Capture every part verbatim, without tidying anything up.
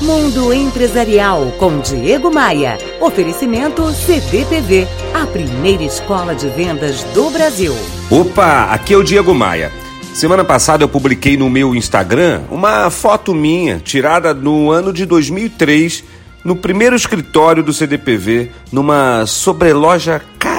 Mundo Empresarial com Diego Maia. Oferecimento C D P V, a primeira escola de vendas do Brasil. Opa, aqui é o Diego Maia. Semana passada eu publiquei no meu Instagram uma foto minha, tirada no ano de dois mil e três, no primeiro escritório do C D P V, numa sobreloja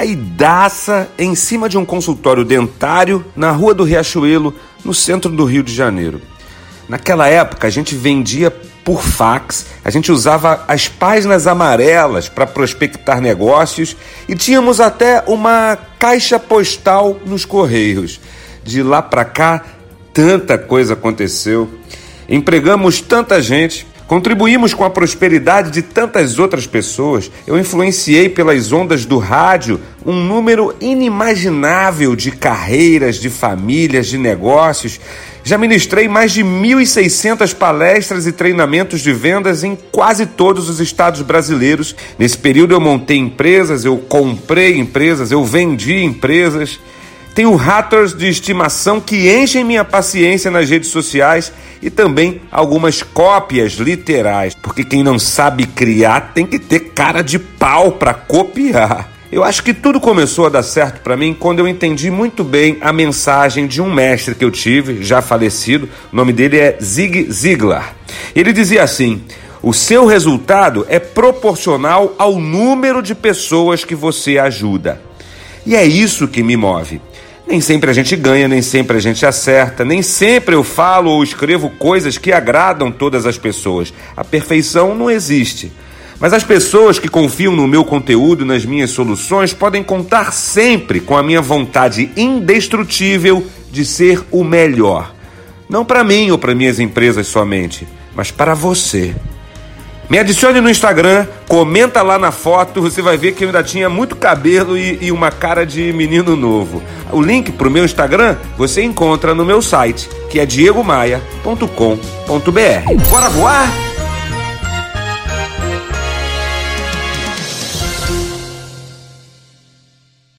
caidaça em cima de um consultório dentário na Rua do Riachuelo, no centro do Rio de Janeiro. Naquela época a gente vendia por fax, a gente usava as páginas amarelas para prospectar negócios e tínhamos até uma caixa postal nos correios. De lá para cá, tanta coisa aconteceu. Empregamos tanta gente, contribuímos com a prosperidade de tantas outras pessoas. Eu influenciei pelas ondas do rádio um número inimaginável de carreiras, de famílias, de negócios. Já ministrei mais de mil e seiscentas palestras e treinamentos de vendas em quase todos os estados brasileiros. Nesse período eu montei empresas, eu comprei empresas, eu vendi empresas. Tenho haters de estimação que enchem minha paciência nas redes sociais e também algumas cópias literais, porque quem não sabe criar tem que ter cara de pau para copiar. Eu acho que tudo começou a dar certo para mim quando eu entendi muito bem a mensagem de um mestre que eu tive, já falecido. O nome dele é Zig Ziglar. Ele dizia assim: o seu resultado é proporcional ao número de pessoas que você ajuda. E é isso que me move. Nem sempre a gente ganha, nem sempre a gente acerta, nem sempre eu falo ou escrevo coisas que agradam todas as pessoas. A perfeição não existe. Mas as pessoas que confiam no meu conteúdo, nas minhas soluções, podem contar sempre com a minha vontade indestrutível de ser o melhor. Não para mim ou para minhas empresas somente, mas para você. Me adicione no Instagram, comenta lá na foto, você vai ver que eu ainda tinha muito cabelo e, e uma cara de menino novo. O link para o meu Instagram você encontra no meu site, que é diego maia ponto com ponto b r. Bora voar?